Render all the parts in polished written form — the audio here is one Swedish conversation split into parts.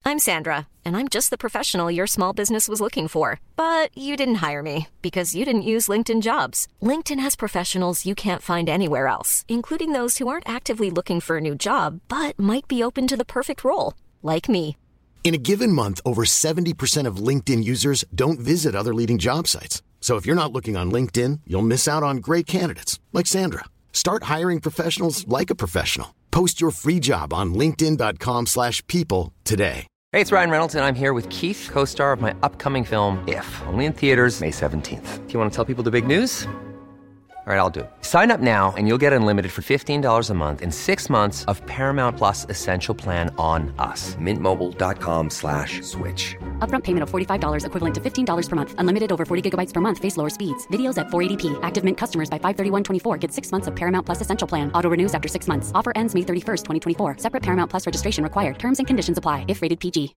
I'm Sandra, and I'm just the professional your small business was looking for. But you didn't hire me because you didn't use LinkedIn Jobs. LinkedIn has professionals you can't find anywhere else, including those who aren't actively looking for a new job, but might be open to the perfect role, like me. In a given month, over 70% of LinkedIn users don't visit other leading job sites. So if you're not looking on LinkedIn, you'll miss out on great candidates like Sandra. Start hiring professionals like a professional. Post your free job on linkedin.com/people today. Hey, it's Ryan Reynolds, and I'm here with Keith, co-star of my upcoming film, If, only in theaters May 17th. Do you want to tell people the big news? All right, I'll do it. Sign up now and you'll get unlimited for $15 a month and 6 months of Paramount Plus Essential Plan on us. MintMobile.com/switch. Upfront payment of $45 equivalent to $15 per month. Unlimited over 40 gigabytes per month. Face lower speeds. Videos at 480p. Active Mint customers by 531.24 get 6 months of Paramount Plus Essential Plan. Auto renews after 6 months. Offer ends May 31st, 2024. Separate Paramount Plus registration required. Terms and conditions apply if rated PG.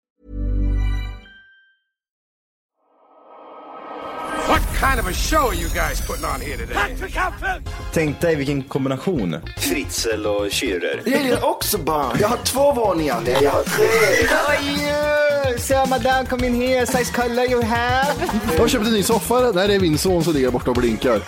What kind of a show are you guys putting on here today? Tänk dig vilken kombination. Fritzl och Schürrer. Jag gillar också barn. Jag har 2 våningar. Jag har 3. So madame, come in here. Size color you have. Jag har köpt en ny soffa. Där är min son som ligger borta och blinkar.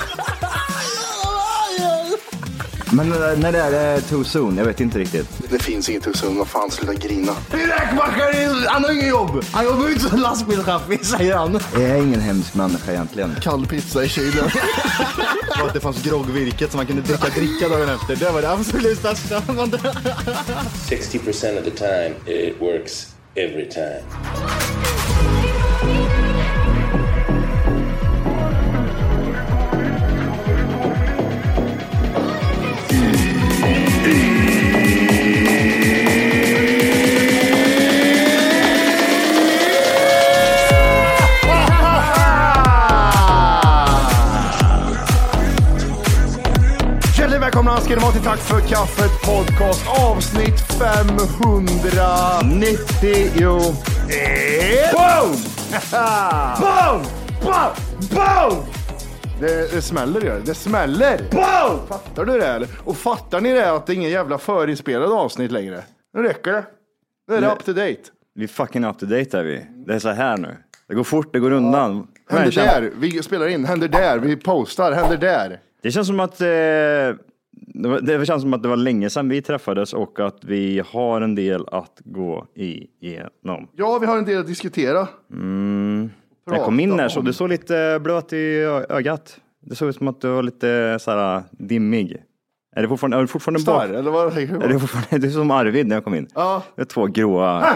Men när det är too soon, jag vet inte riktigt. Det finns inget too soon, vad fan, sluta grina. Räkmackare, han har ingen jobb. Han jobbar inte som lastbilschaffis, säger han. Jag är ingen hemsk människa egentligen. Kall pizza i kylen. Och att det fanns groggvirket som man kunde dricka dagen efter. Det var det absolut största. 60% of the time it works every time. Välkomna ska det vara till Tack för kaffet podcast avsnitt 590. Boom! Boom! Boom! Boom! Det smäller ju. Det smäller. Boom! Fattar du det eller? Och fattar ni det att det är ingen jävla förinspelad avsnitt längre? Nu räcker det. Nu är det up to date. Vi är fucking up to date är vi. Det är så här nu. Det går fort, det går undan. Händer där. Vi spelar in. Händer där. Vi postar. Händer där. Det känns som att det känns som att det var länge sedan vi träffades och att vi har en del att gå igenom. Ja, vi har en del att diskutera. Jag kom in här så det såg lite blöt i ögat. Det såg ut som att du var lite så här dimmig. Är det fortfarande Star, eller vad tänker du? Är det fortfarande det är som Arvid när jag kom in? Ja. Det är 2 gråa.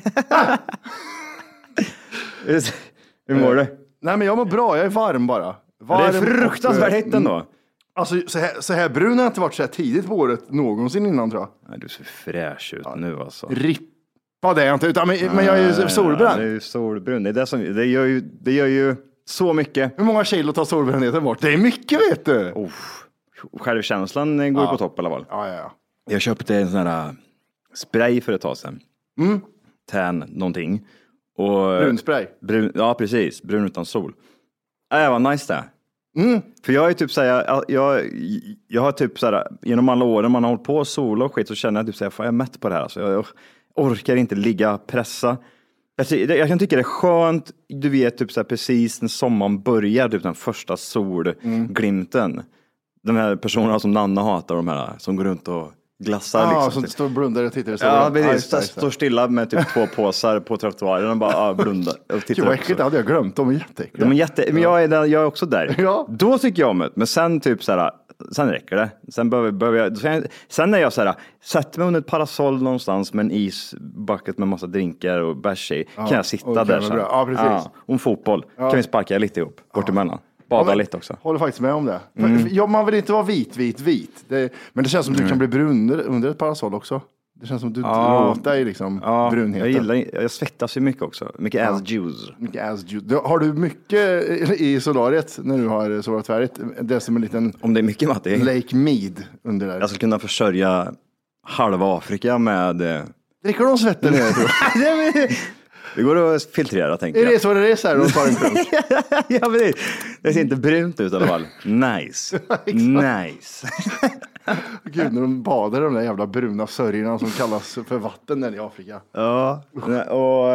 Hur mår du? Nej, men jag mår bra. Jag är varm bara. Det är fruktansvärt hett ändå. Alltså så här brun har inte varit så här tidigt på året någonsin innan, tror jag. Nej, du ser fräsch ut nu alltså. Rippa det är jag inte, utan men jag är ju solbränd. Det är ju solbrun. Det gör ju så mycket. Hur många kilo tar solbrändheten bort? Det är mycket, vet du. Självkänslan går på topp i alla fall. Ja. Jag köpte en sån här spray för ett tag sedan. Tän någonting. Och brunspray. Ja, precis. Brun utan sol. Det var nice det. För jag är typ såhär, jag har typ såhär, genom alla åren man har hållit på sol och skit så känner jag typ såhär, fan jag är mätt på det här. Alltså, jag orkar inte ligga pressa. Jag kan tycka det är skönt, du vet typ såhär precis när sommaren börjar, typ den första solglimten. De här personerna som Nanna hatar, de här som går runt och glassar liksom. Som står och blundar och tittar. Ja, står stilla med typ 2 påsar på trottoaren och bara blundar och tittar. Vad äckligt, det hade jag glömt. De är jätteäckliga. Men jag är också där. Ja. Då tycker jag om det. Men sen typ såhär, sen räcker det. Sen sen är jag såhär, sätter mig under ett parasoll någonstans med en isbucket med massa drinkar och bärs i. Kan jag sitta där sen. Ja, precis. Om fotboll. Kan vi sparka lite ihop, bort emellan. Bada lite också. Håller faktiskt med om det. Man vill inte vara vit. Men det känns som du kan bli brun under ett parasoll också. Det känns som du råtar dig liksom brunheten. Jag svettas ju mycket också. Mycket ass juice. Har du mycket i solariet när du har solat färdigt? Det är som en liten... Om det är mycket Matti. Lake Mead under där. Jag skulle kunna försörja halva Afrika med... Dricker de svetten ner, tror jag? Det går att filtrera, tänker jag. Är det så det är så här? De tar en punkt. Ja, men det ser inte brunt ut i alla fall. Nice. Nice. Gud, när de badar i de där jävla bruna sörjorna som kallas för vatten där i Afrika. Ja, och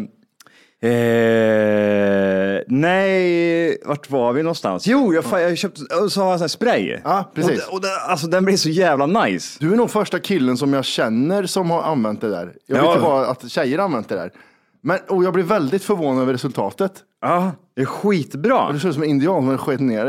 nej, vart var vi någonstans? Jo, jag köpte och så har jag en sån här spray. Ja, precis. Och alltså den blir så jävla nice. Du är nog första killen som jag känner som har använt det där. Jag vet ju bara att tjejer har använt det där. Och jag blir väldigt förvånad över resultatet. Ja, det är skitbra. Och det ser ut som en indian som skett ner.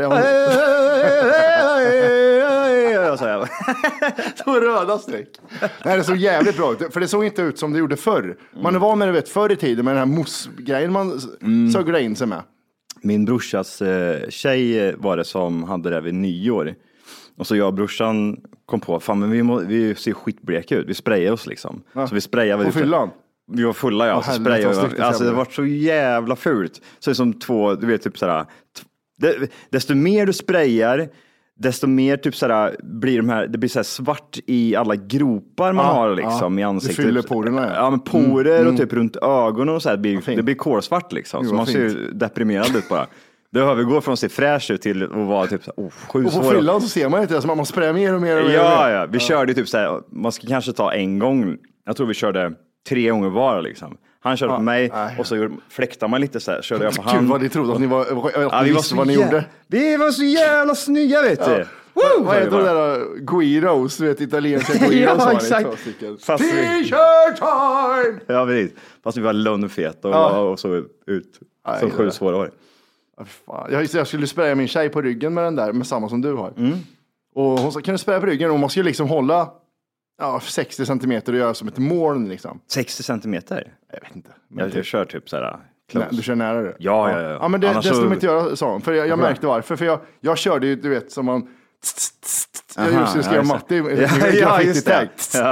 Så röda streck. Nej, det såg jävligt bra ut. För det såg inte ut som det gjorde förr. Man var med det förr i tiden med den här mossgrejen man sögde in sig med. Min brorsas tjej var det som hade det vid nyår. Och så jag och brorsan kom på, fan men vi ser skitbleka ut. Vi sprayar oss liksom. Ja. Så vi sprayade. På fyllan? Vi var fulla, ja. Så sprayade. Alltså det var så jävla fult. Så det är som två, du vet typ sådär. Desto mer du sprayar, desto mer typ sådär blir det blir såhär svart i alla gropar man har liksom i ansiktet. Det fyller porerna. Ja, men porer och typ runt ögonen och så här, det blir kolsvart liksom. Så man ser ju deprimerad ut bara. Det övergår från att se fräsch ut till att vara typ sjukt svår. Och på fyllan så ser man inte det, så man sprayar mer och mer och mer. Ja. Vi körde typ såhär, man ska kanske ta en gång. Jag tror vi körde 3 gånger var liksom. Han körde på mig och så fläktade man lite så här, körde jag på han. Gud vad ni trodde att ni var, visste vad ni gjorde. Vi var så jävla snygga, vet du. Vad heter det där Guiros, du vet, italienska Guiros. Ja, exakt. T-shirt time! Ja, precis. Fast vi var lönnfet och såg ut som 7 svåra år. Jag skulle spraya min tjej på ryggen med den där, med samma som du har. Och hon sa, kan du spraya på ryggen? Och man skulle liksom hålla 60 centimeter och göra som ett moln liksom. 60 centimeter? Jag vet inte. Jag kör typ sådär. Nej, du kör nära det? Ja. Men det skulle man inte göra så. För jag märkte varför. För jag körde ju, du vet, som man... Jag skulle skriva matte i graffiti-tag.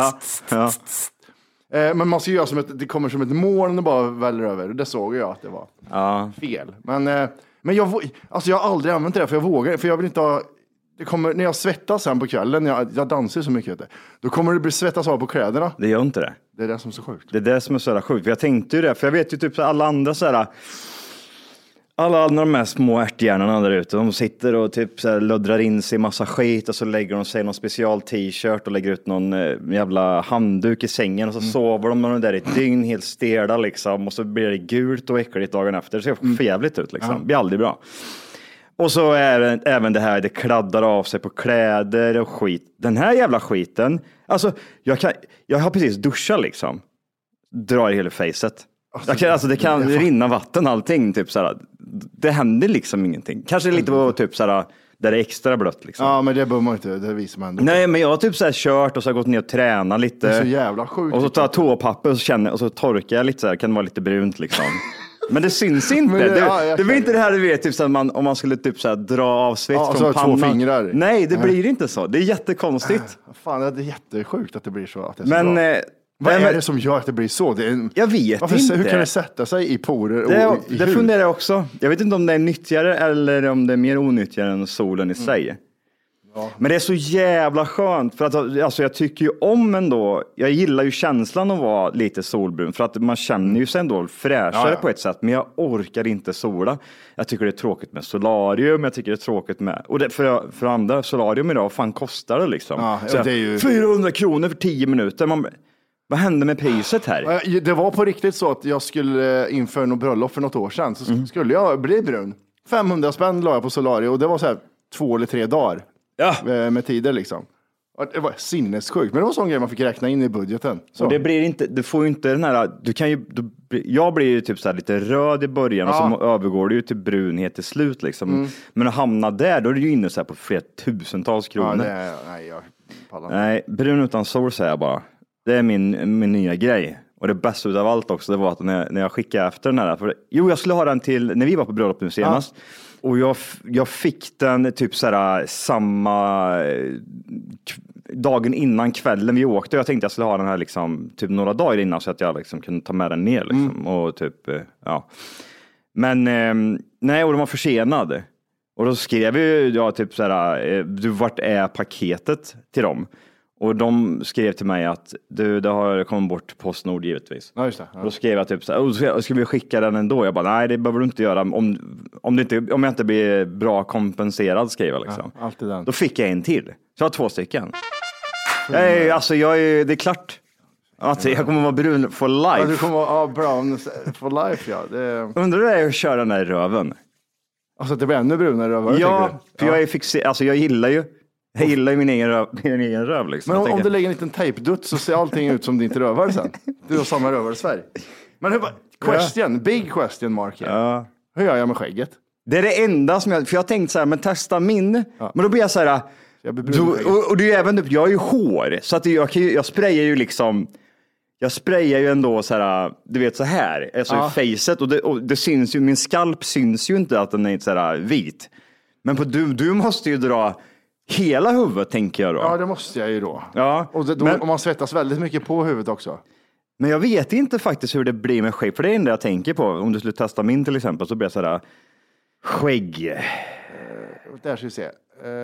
Men man ska göra som det kommer som ett moln och bara väller över. Det såg jag att det var fel. Men jag har aldrig använt det där, för jag vågar. För jag vill inte ha... när jag svettas sen på kvällen, jag dansar så mycket, då kommer det bli svettas av på kläderna. Det gör inte det. Det är det som är så sjukt. Det är det som är så jävla sjukt. För jag tänkte ju det, för jag vet ju typ så alla andra så här, alla de här små ärthjärnorna där ute, de sitter och typ så här luddrar in sig i massa skit och så lägger de sig någon special t-shirt och lägger ut någon jävla handduk i sängen och så sover de med den där i ett dygn helt stela liksom, och så blir det gult och äckligt dagen efter. Det ser för jävligt ut liksom. Det blir aldrig bra. Och så är även det här, det kladdar av sig på kläder och skit. Den här jävla skiten, alltså jag har precis duschat liksom. Drar i hela facet. Det kan rinna vatten allting typ såhär. Det händer liksom ingenting. Kanske lite på typ såhär där det är extra blött liksom. Ja, men det behöver man inte, det visar man ändå. Nej, men jag har typ såhär kört och så har gått ner och tränat lite. Det är så jävla sjukt. Och så tar jag toapapper och så torkar jag lite såhär, kan det vara lite brunt liksom. Men det syns inte. Det blir inte det här du vet, typ så att om man skulle typ så här dra av svett från pannan. 2 fingrar. Nej, det blir inte så. Det är jättekonstigt. Fan, det är jättesjukt att det blir så. Att det är så men vad är det som gör att det blir så? Jag vet inte. Hur kan det sätta sig i porer och i det funderar jag också. Jag vet inte om det är nyttigare eller om det är mer onyttigare än solen i sig. Ja. Men det är så jävla skönt för att alltså, jag tycker ju om ändå, jag gillar ju känslan att vara lite solbrun för att man känner ju sig ändå fräschare på ett sätt, men jag orkar inte sola. Jag tycker det är tråkigt med solarium, jag tycker det är tråkigt med, och det, för andra solarium idag, vad fan kostar det liksom? Så det är ju 400 kronor för 10 minuter. Vad hände med priset här? Det var på riktigt så att jag skulle inför något bröllop för något år sedan, så skulle jag bli brun. 500 spänn la jag på solarium och det var så här 2 eller 3 dagar. Med tider liksom. Det var sinnessjukt, men det var sån grej man fick räkna in i budgeten. Så. Och det blir inte, du får ju inte den här, jag blir ju typ så här lite röd i början och så övergår det ju till brunhet till slut liksom. Men att hamna där, då är det ju inne så här på flera tusentals kronor. Nej, brun utan sol säger jag bara. Det är min nya grej. Och det bästa utav allt också, det var att när jag skickade efter den här, jag skulle ha den till när vi var på bröllop nu senast. Och jag fick den typ såhär samma dagen innan kvällen vi åkte. Jag tänkte jag skulle ha den här liksom typ några dagar innan så att jag liksom kunde ta med den ner liksom. Och typ, Men nej, och de var försenade. Och då skrev jag typ såhär, vart är paketet till dem? Och de skrev till mig att det har kommit bort Postnord givetvis. Ja, just det. Ja. Då skrev jag typ så här, ska vi skicka den ändå? Jag bara, nej det behöver du inte göra om jag inte blir bra kompenserad, skrev jag liksom. Ja, alltid den. Då fick jag en till. Så jag har 2 stycken. Det är klart. Att jag kommer vara brun for life. Ja, du kommer vara brown for life, ja. Undrar du att köra den där röven? Alltså att det blir ännu brunare röv? Ja, för jag är fixerad. Alltså jag gillar ju min egen röv liksom. Men om du lägger en liten tejpdutt så ser allting ut som ditt rövhål sen. Du har samma rövhålsfärg. Men big question mark. Ja. Hur gör jag med skägget? Det är det enda som för jag har tänkt så här, men testa min. Ja. Men då blir jag så här, och det är ju även, jag har ju hår, så att jag sprayar ju liksom, jag sprayar ju ändå så här, du vet så här, alltså i facet, och det syns ju, min skalp syns ju inte att den är så här vit. Men du måste ju dra hela huvudet, tänker jag då. Ja, det måste jag ju då. Ja. Och om man svettas väldigt mycket på huvudet också. Men jag vet inte faktiskt hur det blir med skägg, för det är det jag tänker på. Om du skulle testa min till exempel, så blir jag så här, skägg. Där ska vi se.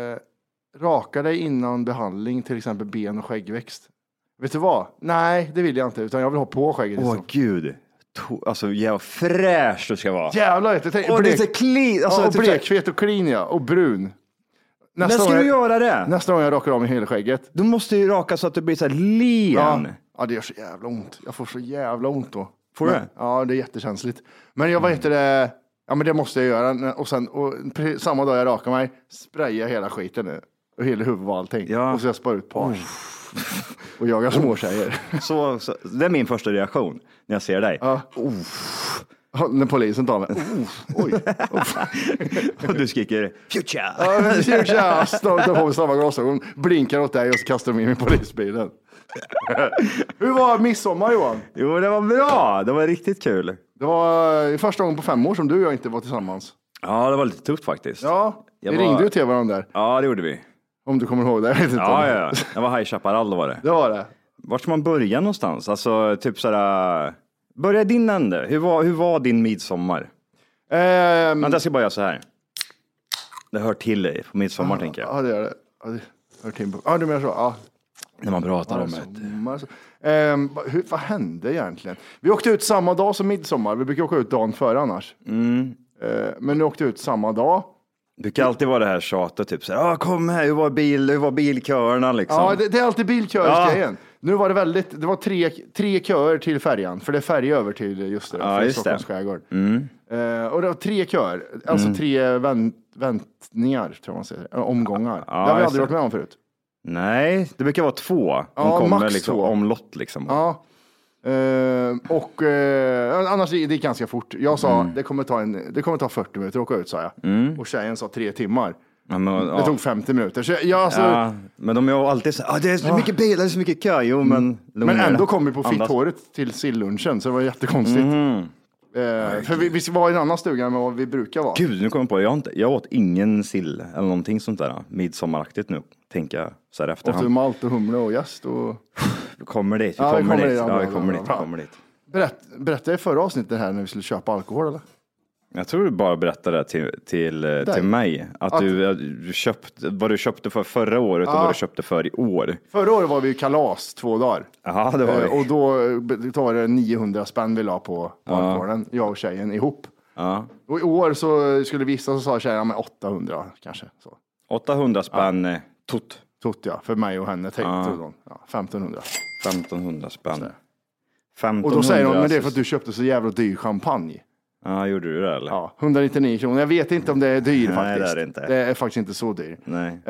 Raka dig innan behandling, till exempel ben- och skäggväxt. Vet du vad? Nej, det vill jag inte, utan jag vill ha på skägget. Åh gud. Alltså jävla fräsch du ska vara. Jävlar, jag tänkte. Och lite clean. Alltså, och blekfet och clean, ja. Och brun. När ska du göra det? Nästa gång jag rakar av mig hela skägget. Du måste ju raka så att det blir så här len. Ja, det gör så jävla ont. Jag får så jävla ont då. Får du det? Ja, det är jättekänsligt. Men jag vet det. Ja, men det måste jag göra. Och sen, samma dag jag rakar mig, spraya hela skiten nu. Och hela huvudet och allting. Ja. Och så jag spar ut par. Och jagar små tjejer. Så, det är min första reaktion när jag ser dig. Ja. När polisen tar mig. Oj. Och du skriker future. Ja, future. Tar på mig samma glasögon. Blinkar åt dig och så kastar de in i polisbilen. Hur var midsommar, Johan? Jo, det var bra. Det var riktigt kul. Det var första gången på 5 år som du och jag inte var tillsammans. Ja, det var lite tufft faktiskt. Ja, vi ringde ju till varandra där. Ja, det gjorde vi. Om du kommer ihåg det. Ja. Det var High Chaparral, var det. Det var det. Vart ska man börja någonstans? Alltså, typ sådär. Börja din ände. Hur var din midsommar? Men jag ska bara göra så här. Det hör till dig på midsommar, tänker jag. Ja, det gör det. Ja, det hör till. Ja, du menar så. Ja. När man pratar om det. Vad hände egentligen? Vi åkte ut samma dag som midsommar. Vi brukar åka ut dagen före annars. Men nu åkte vi ut samma dag. Det brukar alltid vara det här tjatet, typ så här, kom här, hur var bilkörerna liksom? Ja, det är alltid bilkörsgrejen. Nu var det var tre köer till färjan, för det är färja över till just det, Stockholms skärgård. Och det var 3 köer, alltså 3 väntningar, tror man säger, omgångar. Det har vi aldrig varit med om förut. Nej, det brukar vara 2. Max liksom 2. Omlott liksom. Ja. Annars det är ganska fort. Jag sa det kommer ta 40 minuter att åka ut, sa jag. Och tjejen sa 3 timmar. Det tog 50 minuter. Så men de är ju alltid så det är så mycket bilar, det är så mycket kö. Jo, men ändå kom vi på fitthåret till sillunchen, så det var jättekonstigt. För vi var i en annan stuga än vad vi brukar vara. Gud, nu kommer jag på, jag åt ingen sill eller någonting sånt där midsommaraktigt nu, tänker jag så här efterhand. Åt du malt och humle och jäst och... Vi kommer dit. Vi kommer dit. Berättade jag i förra avsnittet här när vi skulle köpa alkohol, eller? Jag tror du bara berättade till mig att du köpte vad du köpte för förra året och vad du köpte för i år. Förra året var vi kalas 2 dagar. Ja, det var vi. Och då var det 900 spänn vi la på alkoholen, jag och tjejen ihop. Ja. Och i år så skulle vi vissa, så sa tjejen med 800 kanske. Så. 800 spänn tot, ja, för mig och henne tänkte de. 1500. 1500 spänn. 1500, och då säger de, men det är för att du köpte så jävla dyr champagne. Ja, gjorde du det eller? Ja, 199 kronor. Jag vet inte om det är dyr faktiskt. Nej, det är inte. Det är faktiskt inte så dyr. Nej.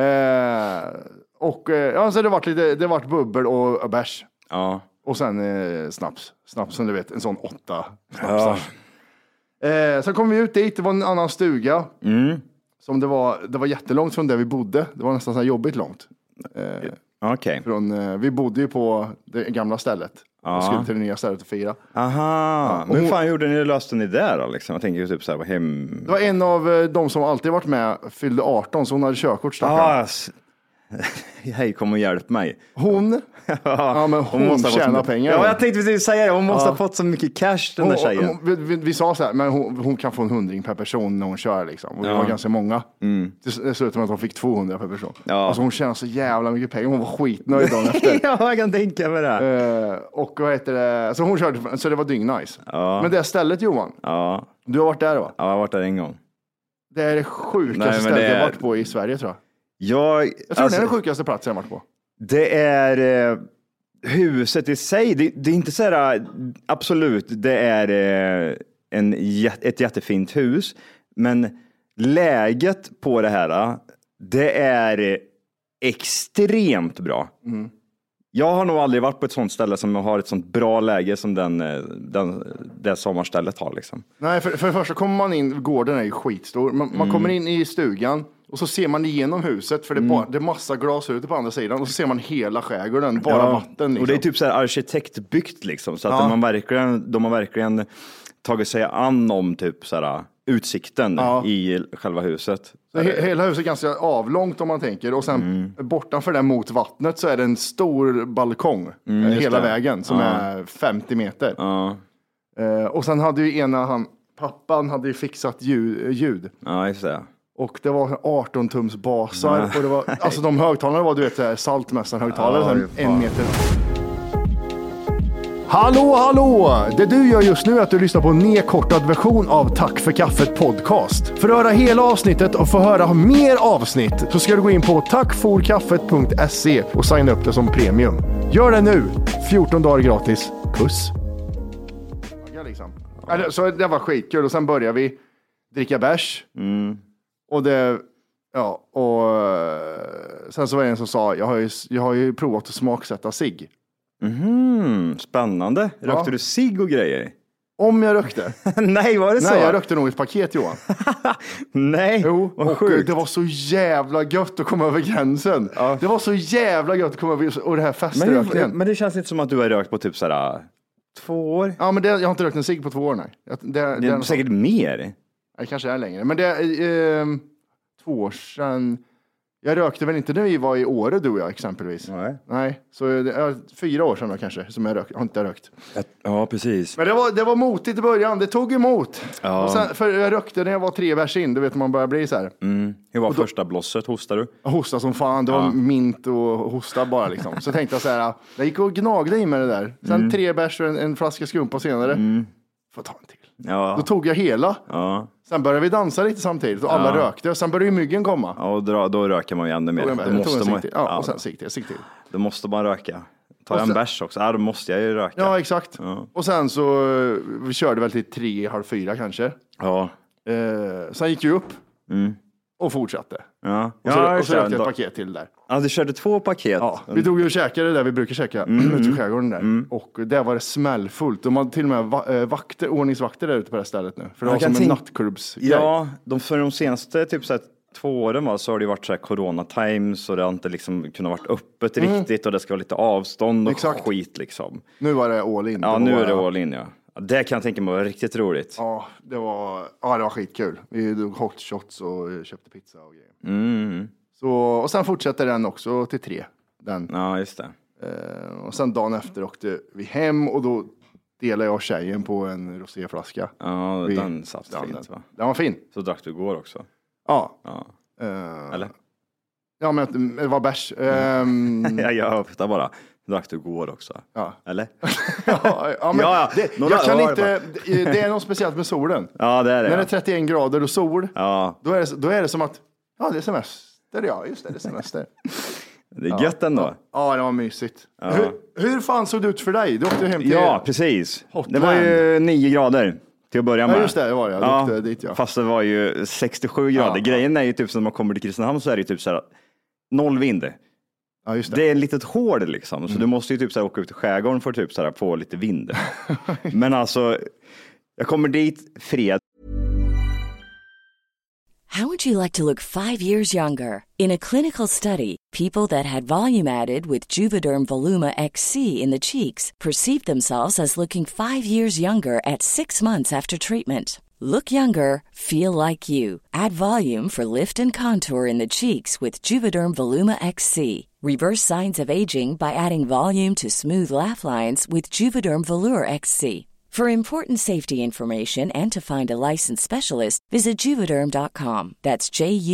Så det vart bubbel och bärs. Ja. Och sen snaps. Snapsen, du vet, en sån 8 snapsar. Ja. Sen kom vi ut dit, det var en annan stuga. Som det var jättelångt från där vi bodde. Det var nästan så här jobbigt långt. Okej. Vi bodde ju på det gamla stället. Och skulle till det nya stället och fira. Aha, men hur fan löste ni där då liksom? Jag tänker typ så här, hem... Det var en av de som alltid varit med, fyllde 18, så hon hade körkort, hej, kom och hjälp mig. Hon? Ja, men hon tjänar pengar. Ja, jag tänkte precis säga det. Hon måste ha fått så mycket cash, den där tjejen. Vi sa så här, men hon kan få 100 per person när hon kör liksom. Och det var ganska många. Det slutade med att hon fick 200 per person. Ja. Alltså hon tjänar så jävla mycket pengar. Hon var skitnöjd dagen efter. Ja, jag kan tänka mig det. Och vad heter det? Så hon körde, så det var dyngnice. Ja. Men det stället, Johan. Ja. Du har varit där, va? Ja, jag har varit där en gång. Det är det sjukaste stället jag har varit på i Sverige, tror jag. Jag tror det är den sjukaste platsen jag har varit på. Det är huset i sig. Det är inte så här, absolut, det är ett jättefint hus. Men läget på det här, det är extremt bra. Mm. Jag har nog aldrig varit på ett sånt ställe som har ett sånt bra läge som det sommarstället har liksom. Nej, för det första kommer man in, gården är ju skitstor. Man kommer in i stugan och så ser man igenom huset, för det är massa glas ute på andra sidan, och så ser man hela skärgården, bara vatten liksom. Och det är typ så här arkitektbyggt liksom, så att de har verkligen tagit sig an om typ så här utsikten i själva huset. Så hela huset är ganska avlångt om man tänker, och sen bortanför den mot vattnet så är det en stor balkong hela vägen som är 50 meter. Och sen hade ju pappan hade ju fixat ljud. Ja, just det. Och det var 18 tums basar och det var, alltså de högtalarna var, du vet, Saltmästaren högtalare, 1 meter. Hallå! Det du gör just nu är att du lyssnar på en nedkortad version av Tack för kaffet podcast. För att höra hela avsnittet och få höra mer avsnitt så ska du gå in på tackforkaffet.se och signa upp det som premium. Gör det nu! 14 dagar gratis. Puss! Så det var skitkul, och sen började vi dricka bärs. Och det... Ja, och sen så var det en som sa, jag har ju provat att smaksätta cigg. Spännande. Rökte du cigg och grejer? Om jag rökte. Nej, var det så? Nej, jag rökte nog ett paket, Johan. Nej, jo, och det var så jävla gött att komma över gränsen. Det var så jävla gött att komma över, och det här feströkningen. Men det känns inte som att du har rökt på typ sådär 2 år. Ja, men jag har inte rökt en cigg på 2 år, nej. Det är säkert mer. Det kanske är längre. Men det är 2 år sedan. Jag rökte väl inte när vi var i Åre, du och jag exempelvis. Nej. Så det är 4 år sedan då, kanske som jag har inte rökt. Ja, precis. Men det var motigt i början. Det tog emot. Ja. Och sen, för jag rökte när jag var 3 vers in. Du vet, man börjar bli så här. Hur var första blosset? Hostade du? Jag hostade som fan. Det var mint och hosta bara liksom. Så tänkte jag så här. Jag gick och gnagde i med det där. Sen 3 bärs och en flaska skumpa senare. Får ta en till. Ja. Då tog jag hela. Ja. Sen började vi dansa lite samtidigt och alla rökte. Sen började ju myggen komma. Ja, och då röker man ju ännu mer. Och sen sikt till. Då måste man röka. Ta en bärs också. Då måste jag ju röka. Ja, exakt. Ja. Och sen så vi körde väl till 3:30 kanske. Ja. Sen gick jag upp. Och fortsatte. Ja. Och så rökte jag ett paket till där. Ja, du körde 2 paket. Ja, vi drog ju och käkade där vi brukar käka. Ute i skärgården där. Och där var det smällfullt. De hade till och med ordningsvakter där ute på det här stället nu. För det var som en nattklubbsgrej. Ja, för de senaste typ så här 2 åren så har det varit så här corona times och det har inte liksom kunnat varit öppet riktigt och det ska vara lite avstånd och skit liksom. Nu var det all in. Ja, nu är det all in, ja. Det kan jag tänka mig var riktigt roligt. Ja, det var skitkul. Vi drog hot shots och köpte pizza och grejer. Så, och sen fortsatte den också till 3. Ja, just det. Och sen dagen efter åkte vi hem och då delade jag och tjejen på en roséflaska. Ja, den satt fint, va? Den var fin. Så drack du igår också? Ja. Eller? Ja, men det var bärs. Jag höftar bara. Drack du igår också? Ja. Eller? Jag kan inte. Det är något speciellt med solen. Ja, det är det. När det är 31 grader och sol, då är det som att det är semester. Ja, just det är semester. Det är gött ändå. Ja, det var mysigt. Ja. Hur fan såg det ut för dig? Du åkte hem till... Ja, precis. Det var ju 9 grader till att börja med. Ja, just det var det. Jag åkte dit, Fast det var ju 67 grader. Grejen är ju typ som när man kommer till Kristinehamn så är det typ så här 0 vind. Ja, just det. Det är ett litet hård liksom. Så du måste ju typ så här åka ut i skärgården för typ så här få lite vind. Men alltså, jag kommer dit fredag. How would you like to look 5 years younger? In a clinical study, people that had volume added with Juvederm Voluma XC in the cheeks perceived themselves as looking 5 years younger at 6 months after treatment. Look younger, feel like you. Add volume for lift and contour in the cheeks with Juvederm Voluma XC. Reverse signs of aging by adding volume to smooth laugh lines with Juvederm Volure XC. For important safety information and to find a licensed specialist, visit Juvederm.com. That's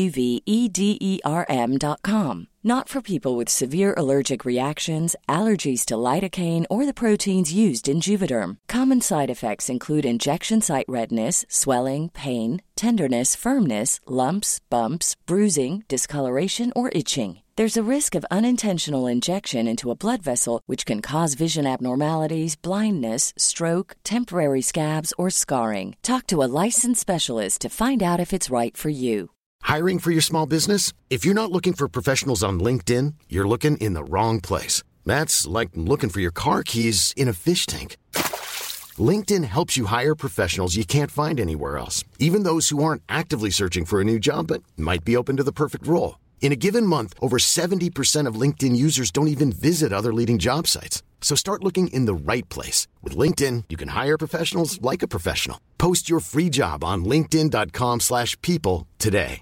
JUVEDERM.com. Not for people with severe allergic reactions, allergies to lidocaine, or the proteins used in Juvederm. Common side effects include injection site redness, swelling, pain, tenderness, firmness, lumps, bumps, bruising, discoloration, or itching. There's a risk of unintentional injection into a blood vessel, which can cause vision abnormalities, blindness, stroke, temporary scabs, or scarring. Talk to a licensed specialist to find out if it's right for you. Hiring for your small business? If you're not looking for professionals on LinkedIn, you're looking in the wrong place. That's like looking for your car keys in a fish tank. LinkedIn helps you hire professionals you can't find anywhere else, even those who aren't actively searching for a new job but might be open to the perfect role. In a given month, over 70% of LinkedIn users don't even visit other leading job sites. So start looking in the right place. With LinkedIn, you can hire professionals like a professional. Post your free job on linkedin.com/people today.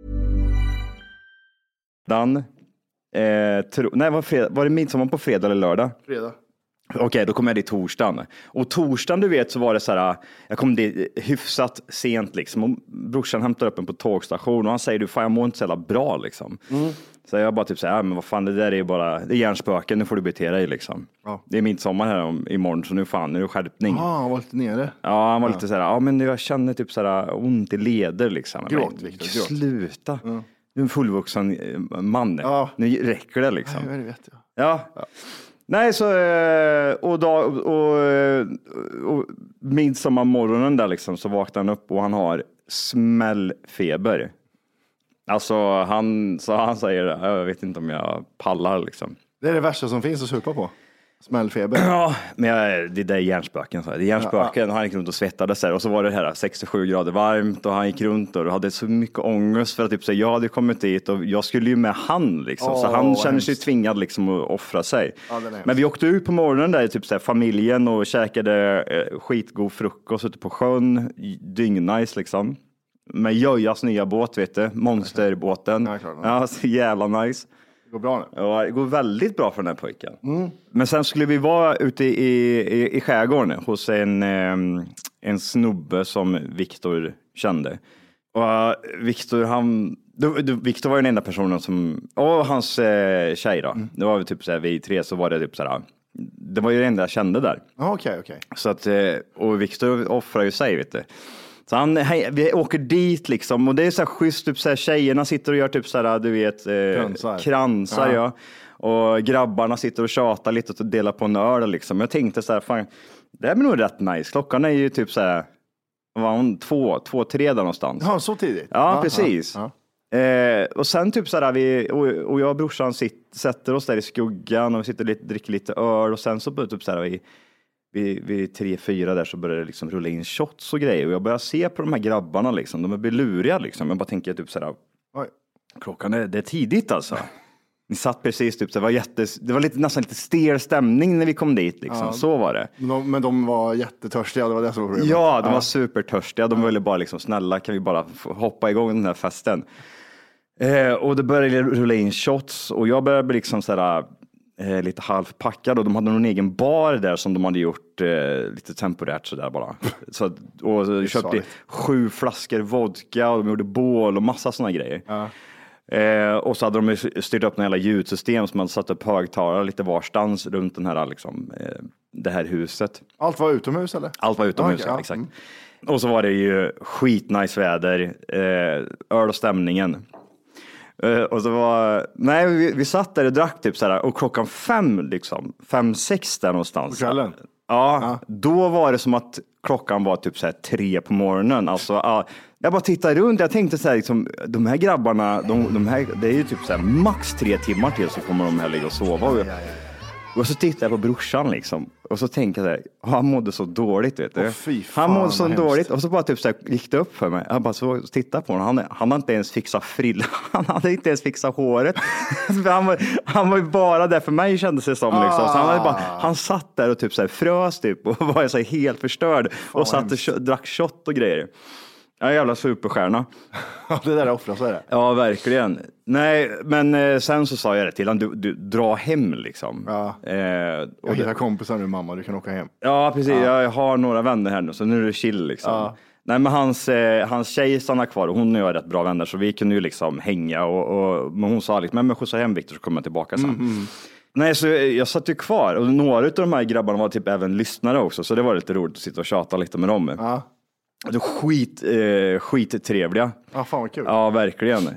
Var det midsommar på fredag eller lördag? Fredag. Okej, då kom jag dit torsdagen. Och torsdagen, du vet, så var det så här, jag kom dit hyfsat sent liksom. Och brorsan hämtar upp en på tågstation och han säger, du fan, jag mår inte så jävla bra liksom. Så jag bara typ så här, men vad fan, det där är bara, det är hjärnspöken, nu får du bete dig liksom. Ja. Det är midsommar här imorgon, så nu fan, nu är det skärpning. Ja, han var lite nere. Ja, han var lite så här, ja men jag känner typ så här ont i leder liksom. Gråt, Victor, gråt. Sluta. Du är en fullvuxen man. Ja. Nu räcker det liksom. Ja, det vet jag. Ja. Nej, så och midsommarmorgonen där liksom, så vaknar han upp och han har smällfeber. Alltså han säger, jag vet inte om jag pallar liksom. Det är det värsta som finns att supa på. Smällfeber. Ja, men det där är hjärnspöken. Det är hjärnspöken. Han gick runt och svettades där. Och så var det här 67 grader varmt. Och han gick runt och hade så mycket ångest. För att typ, så jag hade kommit dit och jag skulle ju med han. Liksom. Så han känner sig tvingad liksom, att offra sig. Ja, men vi åkte ut på morgonen där typ, så här, familjen och käkade skitgod frukost ute på sjön. Dyngnice liksom. Med Jöjas nya båt, vet du. Monsterbåten. Ja, så jävla nice. Det går bra nu. Ja, det går väldigt bra för den här pojken. Men sen skulle vi vara ute i skärgården hos en snubbe som Victor kände. Och Victor var ju den enda personen som, och hans tjej då. Det var typ så här, vi tre, så var det typ så här, det var ju det enda jag kände där. Okej. Så att, och Victor offrar ju sig, vet du. Så vi åker dit liksom, och det är så här schysst, typ så här, tjejerna sitter och gör typ så här, du vet, kransar ja. Och grabbarna sitter och tjatar lite och delar på en öl liksom. Jag tänkte så här, fan, det är nog rätt nice. Klockan är ju typ så här, var hon 2-3 där någonstans. Ja, så tidigt? Ja, precis. Och sen typ så här, och jag och brorsan sätter oss där i skuggan och vi sitter dricker lite öl, och sen så typ så här, vid 3-4 där så börjar det liksom rulla in shots och grejer. Och jag börjar se på de här grabbarna liksom. De blir luriga liksom. Jag bara tänker typ så här, klockan det är tidigt alltså. Ni satt precis typ så det var nästan lite stel stämning när vi kom dit liksom. Ja, så var det. Men de var jättetörstiga, det var det som var problemet. Ja, de var supertörstiga. De ville bara liksom, snälla, kan vi bara hoppa igång den här festen. Och det började rulla in shots och jag började bli liksom så här, lite halvpackad, och de hade någon egen bar där som de hade gjort lite temporärt sådär bara. Och köpte 7 flaskor vodka och de gjorde bål och massa såna grejer. Och så hade de styrt upp en hela ljudsystem som man satt upp högtalare lite varstans runt den här liksom, det här huset. Allt var utomhus eller? Allt var utomhus, ja, exakt. Och så var det ju skitnice väder, öl och stämningen. Och så var, vi satt där och drack typ så här, och klockan 5-6 där någonstans. På kvällen? Ja, då var det som att klockan var typ så här 3 på morgonen. Alltså, jag bara tittade runt, jag tänkte så här, liksom, de här grabbarna, de här, det är ju typ så här max 3 timmar till så kommer de här ligga och sova. Och så tittar jag på brorsan liksom. Och så tänker jag han mådde så dåligt, vet du. Han mådde så dåligt. Och så bara typ så här, gick det upp för mig. Jag bara så tittade på honom. Han har inte ens fixat frill. Han hade inte ens fixat håret. han var ju bara där för mig, kändes det som. Liksom. Så han satt där och typ så här frös typ. Och var så här helt förstörd. Och satt och drack shot och grejer. Ja, jävla superstjärna. Det där är offras, är det? Ja, verkligen. Nej, men sen så sa jag det till honom, du dra hem liksom. Ja. Jag hittar kompisar nu, mamma, du kan åka hem. Ja, precis. Ja. Jag har några vänner här nu, så nu är det chill liksom. Ja. Nej, men hans tjej stannar kvar och hon och jag är rätt bra vänner, så vi kunde ju liksom hänga men hon sa liksom, men skjutsa hem Victor så kommer jag tillbaka sen. Nej, så jag satt ju kvar och några av de här grabbarna var typ även lyssnare också, så det var lite roligt att sitta och tjata lite med dem. Ja. Det var skittrevliga. Ja, fan vad kul. Ja, verkligen.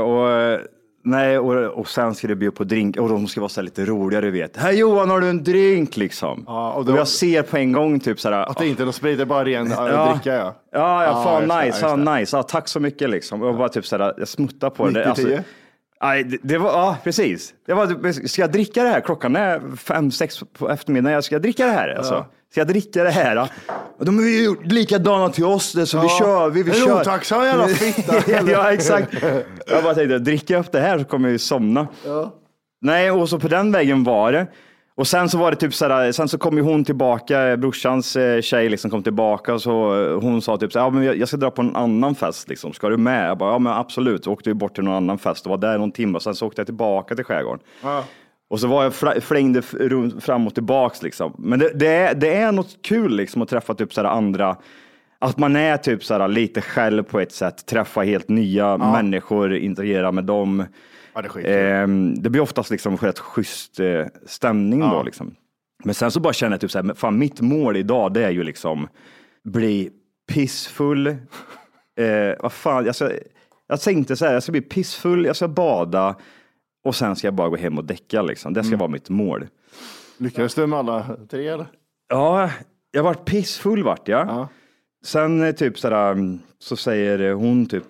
Och sen ska det bli på drink och de ska vara så lite roligare, vet. Hej Johan, har du en drink liksom? Ja, och jag ser på en gång typ så här. Att det inte är något sprit, det är bara ren dricka. Ja, fan nice. Ja, tack så mycket liksom. Och bara typ så här, jag smuttar på det. Alltså, det var, ja, precis. Ska jag dricka det här? Klockan är 5-6 på eftermiddagen. Ska jag dricka det här? Alltså? Ska jag dricka det här? De är ju likadana till oss, det, så vi kör. Vi kör. Otacksam jävla fitta. Ja, exakt. Jag bara tänkte, dricka upp det här så kommer jag ju somna. Ja. Nej, och så på den vägen var det. Och sen så var det typ såhär, sen så kom ju hon tillbaka, brorsans tjej liksom kom tillbaka, så hon sa typ såhär, ja men jag ska dra på en annan fest liksom, ska du med? Jag bara, ja men absolut, så åkte vi bort till någon annan fest och var där någon timme och sen så åkte jag tillbaka till skärgården. Ja. Och så var jag flängde fram och tillbaks liksom. Men det är något kul liksom att träffa typ såhär andra, att man är typ såhär lite själv på ett sätt, träffa helt nya människor, interagera med dem. Ja, det blir oftast liksom rätt schysst stämning då liksom. Men sen så bara känner jag typ såhär, fan mitt mål idag det är ju liksom bli pissfull. Vad fan, jag tänkte så här, jag ska bli pissfull, jag ska bada och sen ska jag bara gå hem och däcka liksom. Det ska vara mitt mål. Lyckades du med alla 3 eller? Ja, jag varit pissfull vart jag. Ja. Sen typ sådär, så säger hon typ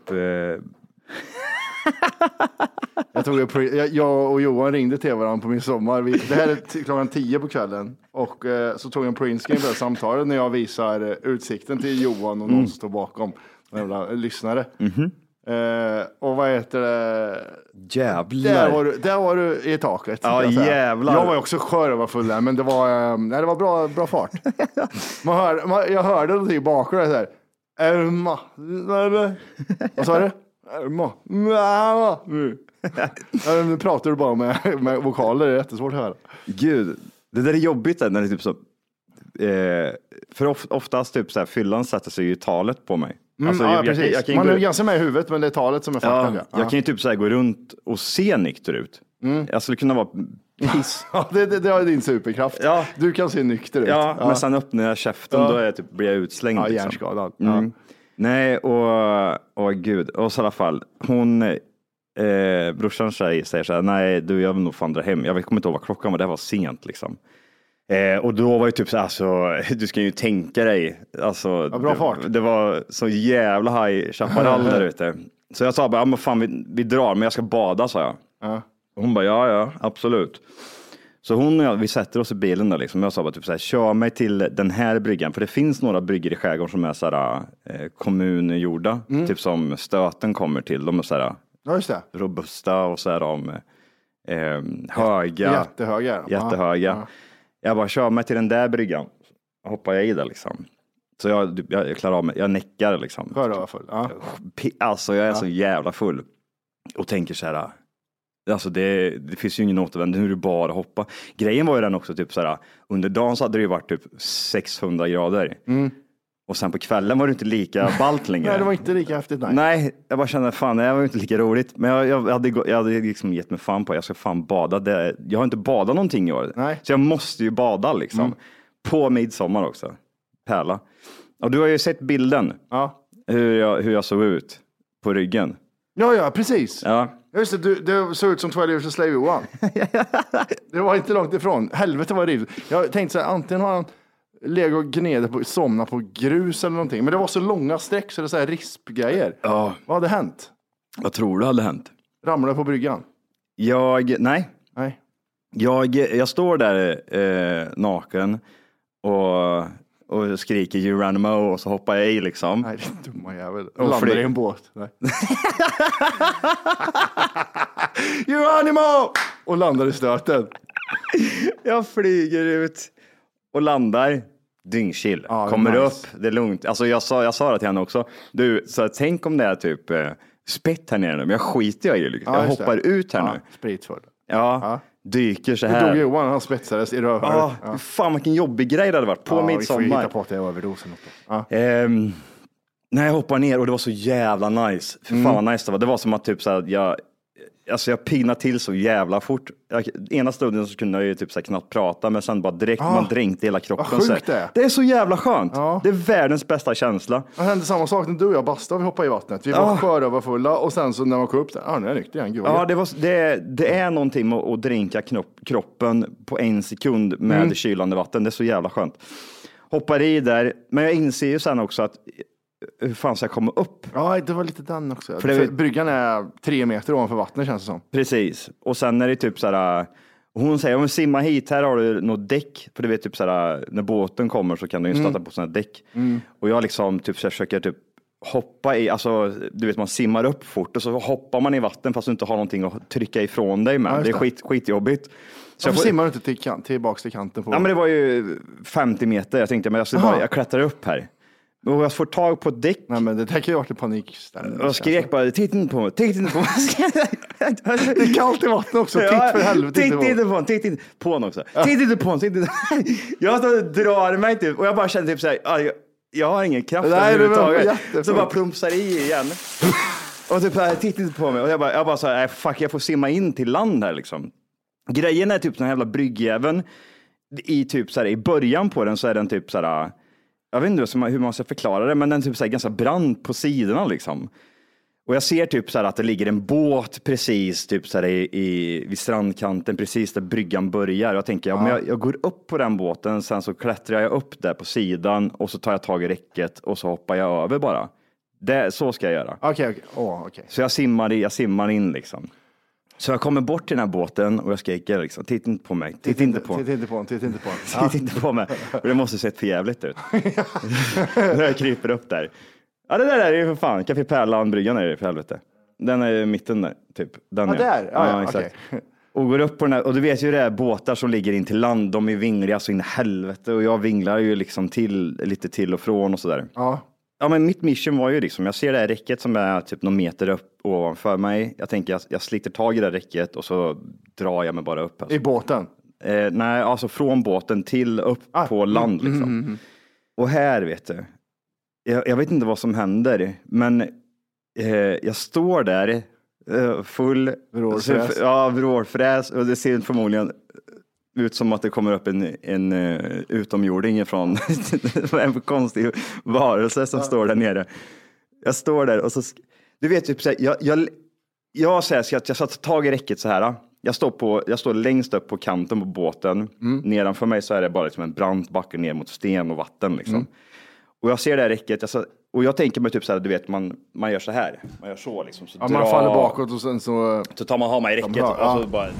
jag och Johan ringde till varandra på min sommar. Det här är klockan 10 på kvällen. Och så tog jag en printscreen på det samtalet när jag visar utsikten till Johan och någon som står bakom. En jävla lyssnare. Och vad heter det? Jävlar. Där var du i taket. Ja, jävlar. Jag var också skör och var full där, men det var bra fart. Jag hörde någonting bakom det så här. Erma. Vad sa du? Erma. Nu pratar du bara med vokaler, det är jättesvårt att höra. Gud, det där är jobbigt när det är typ så. För oftast typ så här, fyllan sätter sig ju talet på mig. Alltså, precis. Man är ganska med i huvudet, men det är talet som är fuckad. Jag kan ju typ så här gå runt och se nykter ut. Jag skulle kunna vara piss. Det är din superkraft. Ja. Du kan se nykter ut. Ja, men sen öppnar jag käften, då blir jag utslängd. Ja, liksom. Hjärnskadad. Nej, och gud. Och så i alla fall, brorsan säger så här, nej du, jag vill nog fan dra hem. Jag kommer inte ihåg vad klockan var, det var sent liksom. Och då var ju typ så alltså, du ska ju tänka dig, alltså, bra fart. Det var så jävla high chaparral där ute. Så jag sa bara, ja men fan vi drar, men jag ska bada, sa jag. Och hon bara, ja absolut. Så hon och jag, vi sätter oss i bilen där liksom. Jag sa bara typ så här, kör mig till den här bryggan, för det finns några bryggor i skärgården som är så här kommungjorda, typ som Stöten kommer till. De är så här robusta och så är de höga. Jättehöga. Jag bara kör mig till den där bryggan. Hoppar jag i det liksom. Så jag klarar av mig. Jag näckar liksom. Full. Alltså jag är så jävla full. Och tänker så här. Alltså det finns ju ingen återvändo. Nu är det bara hoppa. Grejen var ju den också typ så här. Under dagen så hade det ju varit typ 600 grader. Och sen på kvällen var det inte lika ballt längre. Nej, det var inte lika häftigt. Nej, jag bara kände fan, det var inte lika roligt. Men jag hade liksom gett mig fan på, jag ska fan bada. Jag har inte badat någonting i år. Nej. Så jag måste ju bada liksom. På midsommar också. Pärla. Och du har ju sett bilden. Ja. Hur jag såg ut på ryggen. Ja, precis. Ja. Just det, du såg ut som 12 years a slave Johan. Det var inte långt ifrån. Helvete vad rivt. Jag tänkte så här, antingen har han lägga och gneda på, somna på grus eller någonting. Men det var så långa streck så det är så här rispgrejer. Ja. Vad hade hänt? Vad tror du hade hänt? Ramlade på bryggan? Nej. Jag står där naken och skriker Geronimo och så hoppar jag i liksom. Nej, det är dumma jävel. Och landar i en båt. Nej. Geronimo! Och landar i stöten. Jag flyger ut och landar. Dyngchill. Kommer upp, det är lugnt. Alltså jag sa det till henne också. Du, så tänk om det är typ spett här nere nu. Men jag skiter i det. Liksom. Jag hoppar ut här nu. Spritfull. Ja. Dyker så här. Det dog Johan, han spetsades i rövhålet. Fan vilken jobbig grej det hade varit på midsommar. Vi får hitta på att det är överdosen. När jag hoppar ner och det var så jävla nice. För fan vad nice det var. Det var som att typ så här, jag pignade till så jävla fort. Ena stunden så kunde jag ju typ så här knappt prata, men sen bara direkt man dränkte hela kroppen. Vad sjukt det är. Det är så jävla skönt. Det är världens bästa känsla. Det hände samma sak när du och jag bastade, vi hoppade i vattnet. Vi var sjörövarfulla och sen så när man kom upp där, nu är det nykter igen. Det är någonting med att dränka kroppen på 1 sekund med kylande vatten. Det är så jävla skönt. Hoppar i där, men jag inser ju sen också att hur fan ska jag komma upp? Ja, det var lite den också. För bryggan är 3 meter ovanför vattnet känns det som. Precis. Och sen är det typ så här, hon säger, om simma hit, här har du något däck. För du vet typ så här, när båten kommer så kan du ju stöta på sådana däck. Och jag liksom typ försöker typ hoppa i, alltså du vet man simmar upp fort och så hoppar man i vatten fast du inte har någonting att trycka ifrån dig med. Ja, det är skitjobbigt. Så varför simmar du inte tillbaks till kanten på? Ja, men det var ju 50 meter. Jag tänkte, men jag klättrar upp här. Och jag får tag på ett däck. Nej, men det tänker ju varit en panikställning. Och skrek bara, titta inte på mig. Det är kallt i vattnet också, titt för helvete. Titta inte på honom, titta inte på honom också. Titta inte på honom, Jag drar mig typ, och jag bara kände typ så här, jag har ingen kraft överhuvudtaget. Så bara plumpsar i igen. Och typ såhär, titta inte på mig. Och jag bara så här, fuck, jag får simma in till land här liksom. Grejen är typ sån här jävla bryggjäveln. I typ så här, i början på den så är den typ så här, jag vet inte hur man ska förklara det, men den typ så här ganska brant på sidorna liksom. Och jag ser typ så här att det ligger en båt precis typ så här vid strandkanten, precis där bryggan börjar. Jag tänker, jag går upp på den båten, sen så klättrar jag upp där på sidan och så tar jag tag i räcket och så hoppar jag över bara. Så ska jag göra. Okej. Så jag simmar in liksom. Så jag kommer bort till den här båten och jag skriker liksom, titta inte på mig. Titta inte på mig. För det måste sett för jävligt ut. Jag kryper upp där. Ja, det där är ju för fan. Café Pärlan-bryggan är det för helvete. Den är i mitten där, typ. Den där? Ja, exakt. Okay. Och går upp på den här, och du vet ju det är båtar som ligger in till land. De är vingliga så in i helvete. Och jag vinglar ju liksom lite till och från och sådär. Ja, men mitt mission var ju liksom, jag ser det här räcket som är typ någon meter upp ovanför mig. Jag tänker, jag sliter tag i det här räcket och så drar jag mig bara upp. Alltså. I båten? Nej, alltså från båten till upp på land liksom. Och här vet du, jag vet inte vad som händer, men jag står där full vrålfräs och det ser förmodligen ut som att det kommer upp en utomjording från en konstig varelse som står där nere. Jag står där och så, du vet typ så här, jag säger att jag satt tag i räcket så här. Jag står längst upp på kanten på båten. Nedanför mig så är det bara liksom en brant backe ner mot sten och vatten liksom. Och jag ser det här räcket, och jag tänker mig typ så här, du vet, man gör så här. Man gör så liksom. Så man faller bakåt och sen så tar man mig i räcket och så bara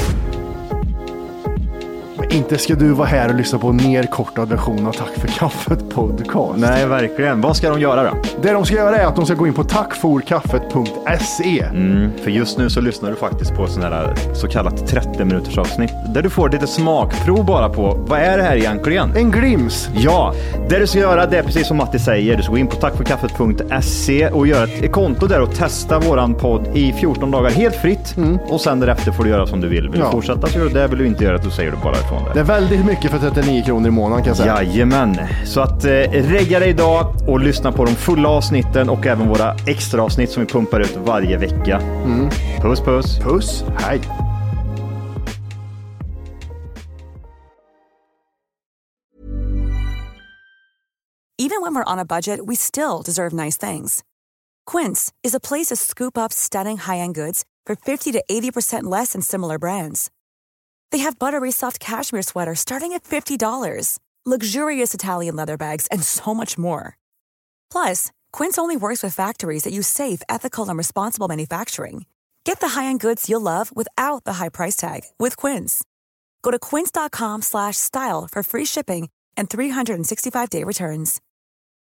Inte ska du vara här och lyssna på en nerkortad version av Tack för kaffet podcast. Nej, verkligen. Vad ska de göra då? Det de ska göra är att de ska gå in på tackforkaffet.se. För just nu så lyssnar du faktiskt på sån här så kallat 30 minuters avsnitt. Där du får lite smakprov bara på, vad är det här egentligen? En glims. Ja, det du ska göra det är precis som Matti säger. Du ska gå in på tackforkaffet.se och göra ett konto där och testa våran podd i 14 dagar helt fritt. Och sen därefter får du göra som du vill. Vill du fortsätta så gör du det, vill du inte göra det så säger du bara ifrån det. Det är väldigt mycket för 39 kronor i månaden kan jag säga. Jajamän. Så att regga dig idag och lyssna på de fulla avsnitten och även våra extra avsnitt som vi pumpar ut varje vecka. Puss, puss. Puss, hej. Even when we're on a budget, we still deserve nice things. Quince is a place to scoop up stunning high-end goods for 50 to 80% less than similar brands. They have buttery soft cashmere sweaters starting at $50, luxurious Italian leather bags, and so much more. Plus, Quince only works with factories that use safe, ethical, and responsible manufacturing. Get the high-end goods you'll love without the high price tag with Quince. Go to quince.com/style for free shipping and 365-day returns.